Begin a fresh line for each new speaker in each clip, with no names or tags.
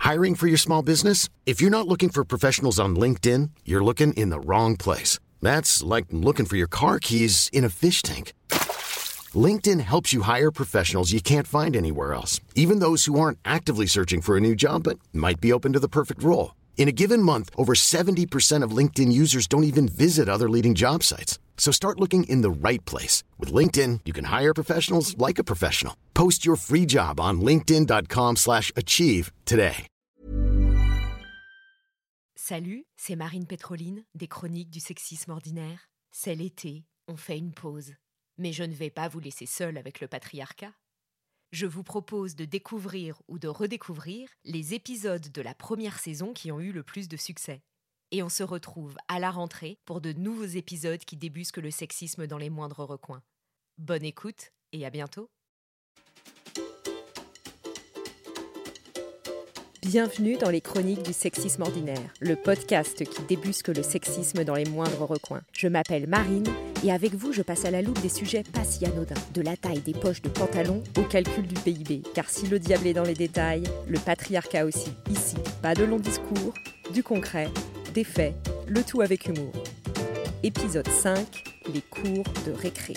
Hiring for your small business? If you're not looking for professionals on LinkedIn, you're looking in the wrong place. That's like looking for your car keys in a fish tank. LinkedIn helps you hire professionals you can't find anywhere else, even those who aren't actively searching for a new job but might be open to the perfect role. In a given month, over 70% of LinkedIn users don't even visit other leading job sites. So start looking in the right place. With LinkedIn, you can hire professionals like a professional. Post your free job on linkedin.com/achieve today.
Salut, c'est Marine Pétroline, des Chroniques du sexisme ordinaire. C'est l'été, on fait une pause. Mais je ne vais pas vous laisser seul avec le patriarcat. Je vous propose de découvrir ou de redécouvrir les épisodes de la première saison qui ont eu le plus de succès. Et on se retrouve à la rentrée pour de nouveaux épisodes qui débusquent le sexisme dans les moindres recoins. Bonne écoute et à bientôt. Bienvenue dans les Chroniques du sexisme ordinaire, le podcast qui débusque le sexisme dans les moindres recoins. Je m'appelle Marine et avec vous, je passe à la loupe des sujets pas si anodins, de la taille des poches de pantalon au calcul du PIB. Car si le diable est dans les détails, le patriarcat aussi. Ici, pas de longs discours, du concret, des faits, le tout avec humour. Épisode 5, les cours de récré.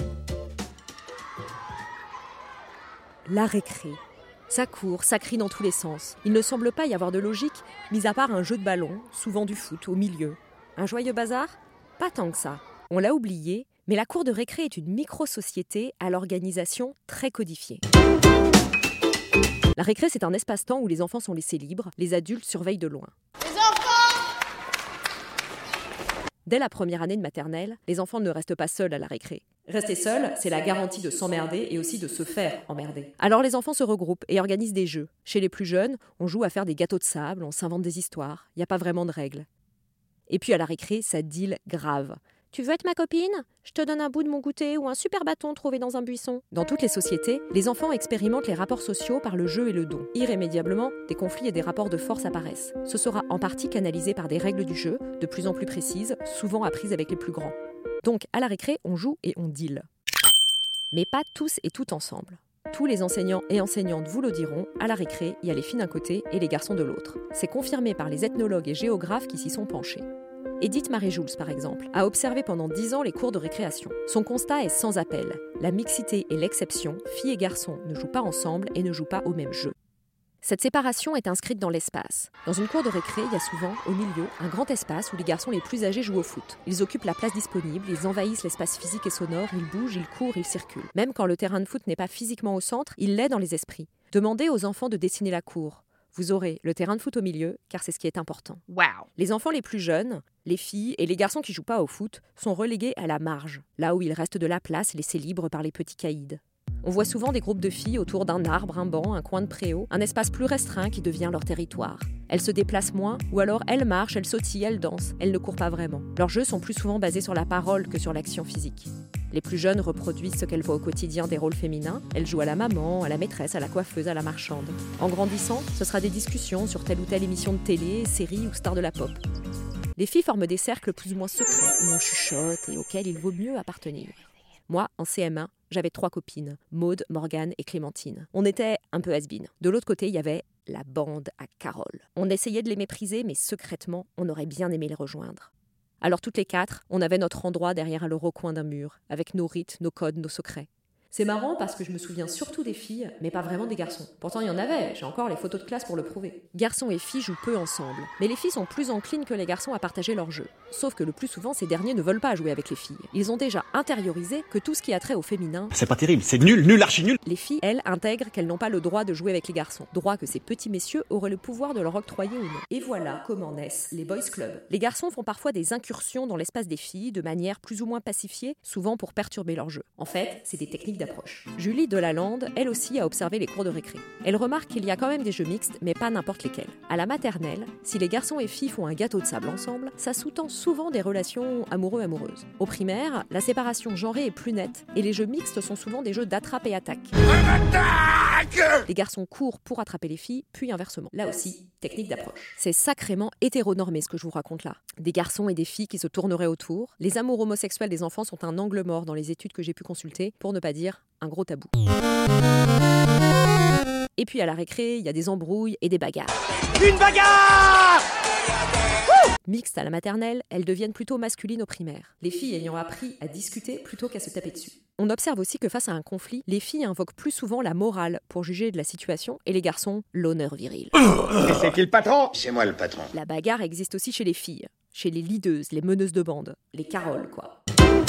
La récré. Ça court, ça crie dans tous les sens. Il ne semble pas y avoir de logique, mis à part un jeu de ballon, souvent du foot, au milieu. Un joyeux bazar ? Pas tant que ça. On l'a oublié, mais la cour de récré est une micro-société à l'organisation très codifiée. La récré, c'est un espace-temps où les enfants sont laissés libres, les adultes surveillent de loin. Les enfants ! Dès la première année de maternelle, les enfants ne restent pas seuls à la récré. Rester seul, c'est la garantie de s'emmerder et aussi de se faire emmerder. Alors les enfants se regroupent et organisent des jeux. Chez les plus jeunes, on joue à faire des gâteaux de sable, on s'invente des histoires. Il n'y a pas vraiment de règles. Et puis à la récré, ça deal grave. Tu veux être ma copine ? Je te donne un bout de mon goûter ou un super bâton trouvé dans un buisson. Dans toutes les sociétés, les enfants expérimentent les rapports sociaux par le jeu et le don. Irrémédiablement, des conflits et des rapports de force apparaissent. Ce sera en partie canalisé par des règles du jeu, de plus en plus précises, souvent apprises avec les plus grands. Donc, à la récré, on joue et on deal. Mais pas tous et toutes ensemble. Tous les enseignants et enseignantes vous le diront, à la récré, il y a les filles d'un côté et les garçons de l'autre. C'est confirmé par les ethnologues et géographes qui s'y sont penchés. Edith Marie-Jules, par exemple, a observé pendant 10 ans les cours de récréation. Son constat est sans appel. La mixité est l'exception, filles et garçons ne jouent pas ensemble et ne jouent pas au même jeu. Cette séparation est inscrite dans l'espace. Dans une cour de récré, il y a souvent, au milieu, un grand espace où les garçons les plus âgés jouent au foot. Ils occupent la place disponible, ils envahissent l'espace physique et sonore, ils bougent, ils courent, ils circulent. Même quand le terrain de foot n'est pas physiquement au centre, il l'est dans les esprits. Demandez aux enfants de dessiner la cour. Vous aurez le terrain de foot au milieu, car c'est ce qui est important. Wow. Les enfants les plus jeunes, les filles et les garçons qui jouent pas au foot, sont relégués à la marge, là où il reste de la place laissée libre par les petits caïds. On voit souvent des groupes de filles autour d'un arbre, un banc, un coin de préau, un espace plus restreint qui devient leur territoire. Elles se déplacent moins, ou alors elles marchent, elles sautillent, elles dansent. Elles ne courent pas vraiment. Leurs jeux sont plus souvent basés sur la parole que sur l'action physique. Les plus jeunes reproduisent ce qu'elles voient au quotidien des rôles féminins. Elles jouent à la maman, à la maîtresse, à la coiffeuse, à la marchande. En grandissant, ce sera des discussions sur telle ou telle émission de télé, série ou star de la pop. Les filles forment des cercles plus ou moins secrets, où on chuchote et auxquels il vaut mieux appartenir. Moi, en CM1, j'avais 3 copines, Maude, Morgane et Clémentine. On était un peu has-been. De l'autre côté, il y avait la bande à Carole. On essayait de les mépriser, mais secrètement, on aurait bien aimé les rejoindre. Alors toutes les 4, on avait notre endroit derrière le recoin d'un mur, avec nos rites, nos codes, nos secrets. C'est marrant parce que je me souviens surtout des filles, mais pas vraiment des garçons. Pourtant, il y en avait, j'ai encore les photos de classe pour le prouver. Garçons et filles jouent peu ensemble, mais les filles sont plus enclines que les garçons à partager leur jeu. Sauf que le plus souvent, ces derniers ne veulent pas jouer avec les filles. Ils ont déjà intériorisé que tout ce qui a trait au féminin...
C'est pas terrible, c'est nul, archi nul.
Les filles, elles, intègrent qu'elles n'ont pas le droit de jouer avec les garçons. Droit que ces petits messieurs auraient le pouvoir de leur octroyer ou non. Et voilà comment naissent les boys clubs. Les garçons font parfois des incursions dans l'espace des filles, de manière plus ou moins pacifiée, souvent pour perturber leur jeu. En fait, c'est des techniques d'approche. Julie Delalande, elle aussi, a observé les cours de récré. Elle remarque qu'il y a quand même des jeux mixtes, mais pas n'importe lesquels. À la maternelle, si les garçons et filles font un gâteau de sable ensemble, ça sous-tend souvent des relations amoureux-amoureuses. Au primaire, la séparation genrée est plus nette, et les jeux mixtes sont souvent des jeux d'attrape et attaque. Les garçons courent pour attraper les filles, puis inversement. Là aussi, technique d'approche. C'est sacrément hétéronormé ce que je vous raconte là. Des garçons et des filles qui se tourneraient autour. Les amours homosexuels des enfants sont un angle mort dans les études que j'ai pu consulter, pour ne pas dire un gros tabou. Et puis à la récré, il y a des embrouilles et des bagarres.
Une bagarre!
Mixtes à la maternelle, elles deviennent plutôt masculines au primaire, les filles ayant appris à discuter plutôt qu'à se taper dessus. On observe aussi que face à un conflit, les filles invoquent plus souvent la morale pour juger de la situation et les garçons l'honneur viril.
Et c'est qui le patron?
C'est moi le patron.
La bagarre existe aussi chez les filles, chez les leadeuses, les meneuses de bande, les Caroles quoi.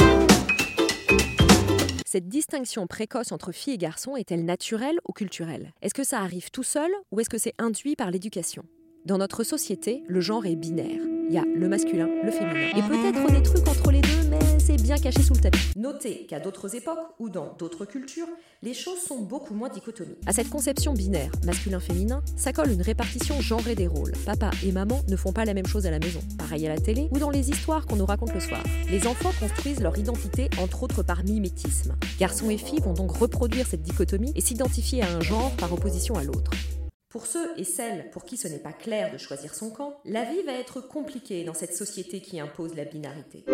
Cette distinction précoce entre filles et garçons est-elle naturelle ou culturelle? Est-ce que ça arrive tout seul ou est-ce que c'est induit par l'éducation? Dans notre société, le genre est binaire. Il y a le masculin, le féminin. Et peut-être des trucs entre les deux, mais c'est bien caché sous le tapis. Notez qu'à d'autres époques ou dans d'autres cultures, les choses sont beaucoup moins dichotomiques. À cette conception binaire, masculin-féminin, ça colle une répartition genrée des rôles. Papa et maman ne font pas la même chose à la maison. Pareil à la télé ou dans les histoires qu'on nous raconte le soir. Les enfants construisent leur identité entre autres par mimétisme. Garçons et filles vont donc reproduire cette dichotomie et s'identifier à un genre par opposition à l'autre. Pour ceux et celles pour qui ce n'est pas clair de choisir son camp, la vie va être compliquée dans cette société qui impose la binarité.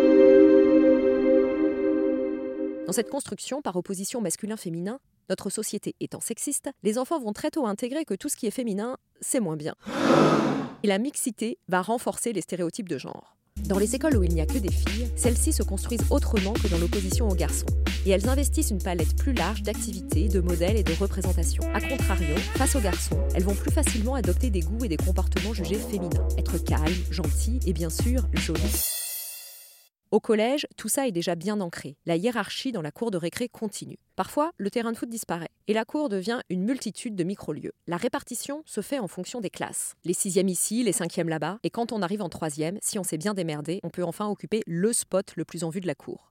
Dans cette construction par opposition masculin-féminin, notre société étant sexiste, les enfants vont très tôt intégrer que tout ce qui est féminin, c'est moins bien. Et la mixité va renforcer les stéréotypes de genre. Dans les écoles où il n'y a que des filles, celles-ci se construisent autrement que dans l'opposition aux garçons. Et elles investissent une palette plus large d'activités, de modèles et de représentations. A contrario, face aux garçons, elles vont plus facilement adopter des goûts et des comportements jugés féminins. Être calme, gentil et bien sûr jolie. Au collège, tout ça est déjà bien ancré. La hiérarchie dans la cour de récré continue. Parfois, le terrain de foot disparaît et la cour devient une multitude de micro-lieux. La répartition se fait en fonction des classes. Les 6e ici, les 5e là-bas, et quand on arrive en 3e, si on s'est bien démerdé, on peut enfin occuper le spot le plus en vue de la cour.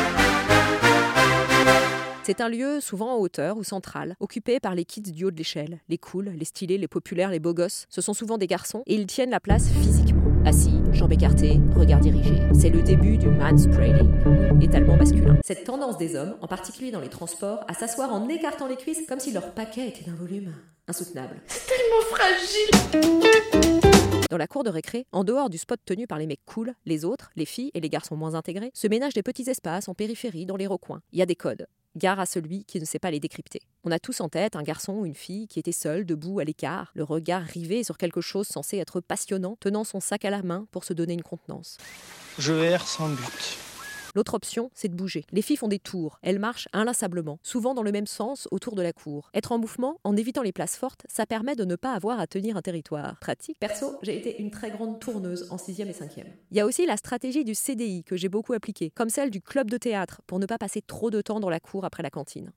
C'est un lieu souvent en hauteur ou central, occupé par les kids du haut de l'échelle. Les cools, les stylés, les populaires, les beaux gosses, ce sont souvent des garçons et ils tiennent la place physiquement. Assis, jambes écartées, regard dirigé. C'est le début du mansplaining, étalement masculin. Cette tendance des hommes, en particulier dans les transports, à s'asseoir en écartant les cuisses comme si leur paquet était d'un volume insoutenable.
C'est tellement fragile!
Dans la cour de récré, en dehors du spot tenu par les mecs cool, les autres, les filles et les garçons moins intégrés, se ménagent des petits espaces en périphérie dans les recoins. Il y a des codes. Gare à celui qui ne sait pas les décrypter. On a tous en tête un garçon ou une fille qui était seul, debout, à l'écart, le regard rivé sur quelque chose censé être passionnant, tenant son sac à la main pour se donner une contenance.
Je erre sans but.
L'autre option, c'est de bouger. Les filles font des tours. Elles marchent inlassablement, souvent dans le même sens autour de la cour. Être en mouvement, en évitant les places fortes, ça permet de ne pas avoir à tenir un territoire. Pratique. Perso, j'ai été une très grande tourneuse en 6e et 5e. Il y a aussi la stratégie du CDI que j'ai beaucoup appliquée, comme celle du club de théâtre, pour ne pas passer trop de temps dans la cour après la cantine.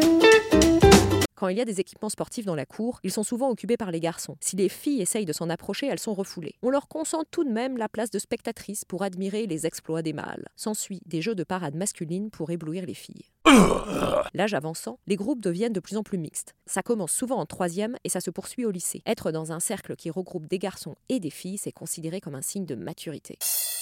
Quand il y a des équipements sportifs dans la cour, ils sont souvent occupés par les garçons. Si les filles essayent de s'en approcher, elles sont refoulées. On leur consent tout de même la place de spectatrice pour admirer les exploits des mâles. S'ensuit des jeux de parade masculine pour éblouir les filles. L'âge avançant, les groupes deviennent de plus en plus mixtes. Ça commence souvent en 3e et ça se poursuit au lycée. Être dans un cercle qui regroupe des garçons et des filles, c'est considéré comme un signe de maturité.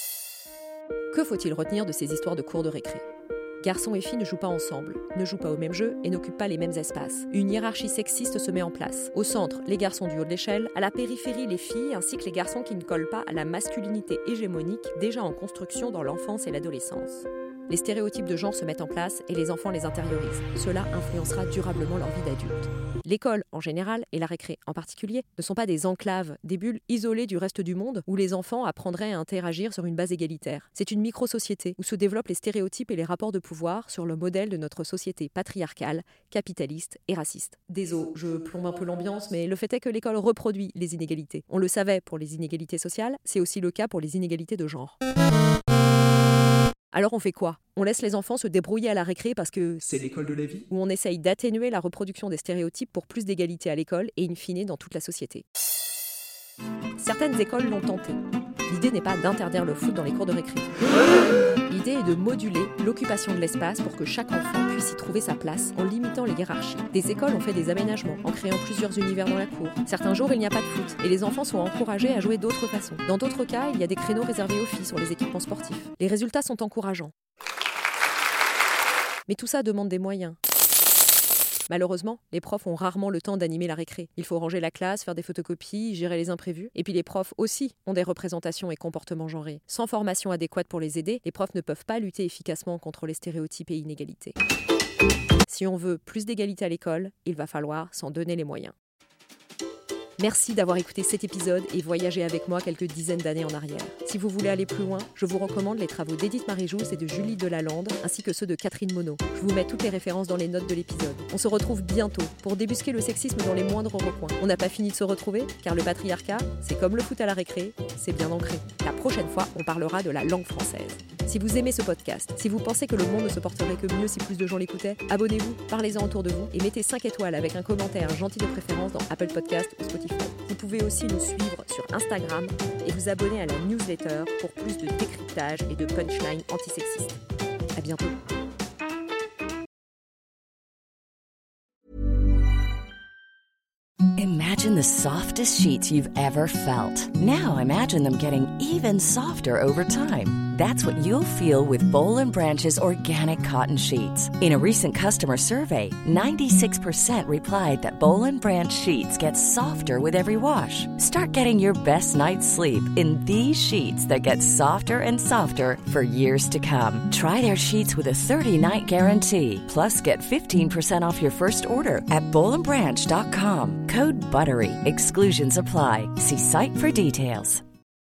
Que faut-il retenir de ces histoires de cours de récré ? Garçons et filles ne jouent pas ensemble, ne jouent pas au même jeu et n'occupent pas les mêmes espaces. Une hiérarchie sexiste se met en place. Au centre, les garçons du haut de l'échelle, à la périphérie, les filles, ainsi que les garçons qui ne collent pas à la masculinité hégémonique déjà en construction dans l'enfance et l'adolescence. Les stéréotypes de genre se mettent en place et les enfants les intériorisent. Cela influencera durablement leur vie d'adulte. L'école, en général, et la récré en particulier, ne sont pas des enclaves, des bulles isolées du reste du monde où les enfants apprendraient à interagir sur une base égalitaire. C'est une micro-société où se développent les stéréotypes et les rapports de pouvoir sur le modèle de notre société patriarcale, capitaliste et raciste. Désolé, je plombe un peu l'ambiance, mais le fait est que l'école reproduit les inégalités. On le savait pour les inégalités sociales, c'est aussi le cas pour les inégalités de genre. Alors on fait quoi ? On laisse les enfants se débrouiller à la récré parce que
C'est l'école de la vie.
ou on essaye d'atténuer la reproduction des stéréotypes pour plus d'égalité à l'école et in fine dans toute la société. Certaines écoles l'ont tenté. L'idée n'est pas d'interdire le foot dans les cours de récré. L'idée est de moduler l'occupation de l'espace pour que chaque enfant puisse y trouver sa place en limitant les hiérarchies. Des écoles ont fait des aménagements en créant plusieurs univers dans la cour. Certains jours, il n'y a pas de foot et les enfants sont encouragés à jouer d'autres façons. Dans d'autres cas, il y a des créneaux réservés aux filles sur les équipements sportifs. Les résultats sont encourageants. Mais tout ça demande des moyens. Malheureusement, les profs ont rarement le temps d'animer la récré. Il faut ranger la classe, faire des photocopies, gérer les imprévus. Et puis les profs aussi ont des représentations et comportements genrés. Sans formation adéquate pour les aider, les profs ne peuvent pas lutter efficacement contre les stéréotypes et inégalités. Si on veut plus d'égalité à l'école, il va falloir s'en donner les moyens. Merci d'avoir écouté cet épisode et voyagé avec moi quelques dizaines d'années en arrière. Si vous voulez aller plus loin, je vous recommande les travaux d'Édith Marie-Jousse et de Julie Delalande, ainsi que ceux de Catherine Monod. Je vous mets toutes les références dans les notes de l'épisode. On se retrouve bientôt pour débusquer le sexisme dans les moindres recoins. On n'a pas fini de se retrouver, car le patriarcat, c'est comme le foot à la récré, c'est bien ancré. La prochaine fois, on parlera de la langue française. Si vous aimez ce podcast, si vous pensez que le monde ne se porterait que mieux si plus de gens l'écoutaient, abonnez-vous, parlez-en autour de vous et mettez 5 étoiles avec un commentaire gentil de préférence dans Apple Podcast ou Spotify. Vous pouvez aussi nous suivre sur Instagram et vous abonner à la newsletter pour plus de décryptage et de punchlines antisexistes. À bientôt.
Imagine the softest sheets you've ever felt. Now imagine them getting even softer over time. That's what you'll feel with Boll & Branch's organic cotton sheets. In a recent customer survey, 96% replied that Boll & Branch sheets get softer with every wash. Start getting your best night's sleep in these sheets that get softer and softer for years to come. Try their sheets with a 30-night guarantee. Plus, get 15% off your first order at bollandbranch.com. Code BUTTERY. Exclusions apply. See site for details.